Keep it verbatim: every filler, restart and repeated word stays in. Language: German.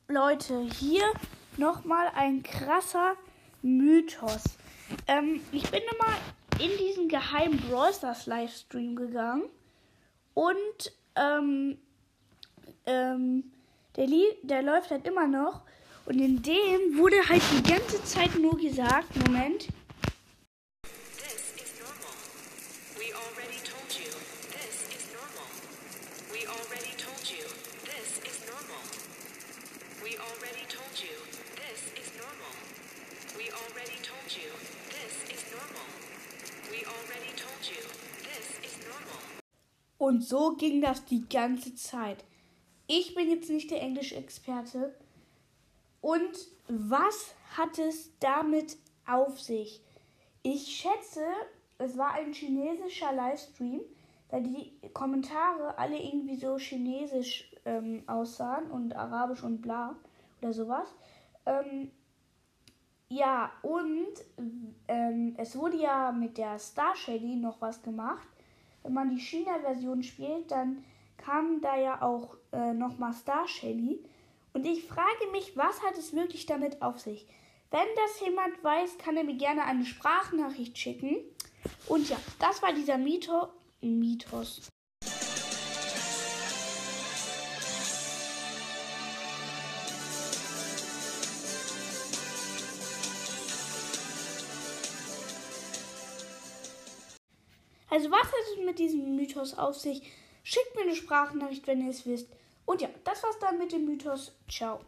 Leute, hier nochmal ein krasser Mythos. Ähm, ich bin immer in diesen geheimen Brawl Stars Livestream gegangen und ähm, ähm, der, Lie- der läuft halt immer noch und in dem wurde halt die ganze Zeit nur gesagt, Moment. This is normal. We already told you. This is normal. We already told you. This is normal. We already told you. This is normal. We already told you. This is normal. We already told you. This is normal. Und so ging das die ganze Zeit. Ich bin jetzt nicht der Englischexperte. Und was hat es damit auf sich? Ich schätze, es war ein chinesischer Livestream, da die Kommentare alle irgendwie so chinesisch ähm, aussahen und arabisch und bla oder sowas. Ähm, ja, und ähm, es wurde ja mit der Star Shelly noch was gemacht. Wenn man die China-Version spielt, dann kam da ja auch äh, nochmal Star Shelly. Und ich frage mich, was hat es wirklich damit auf sich? Wenn das jemand weiß, kann er mir gerne eine Sprachnachricht schicken. Und ja, das war dieser Mytho- Mythos. Also was hat es mit diesem Mythos auf sich? Schickt mir eine Sprachnachricht, wenn ihr es wisst. Und ja, das war's dann mit dem Mythos. Ciao.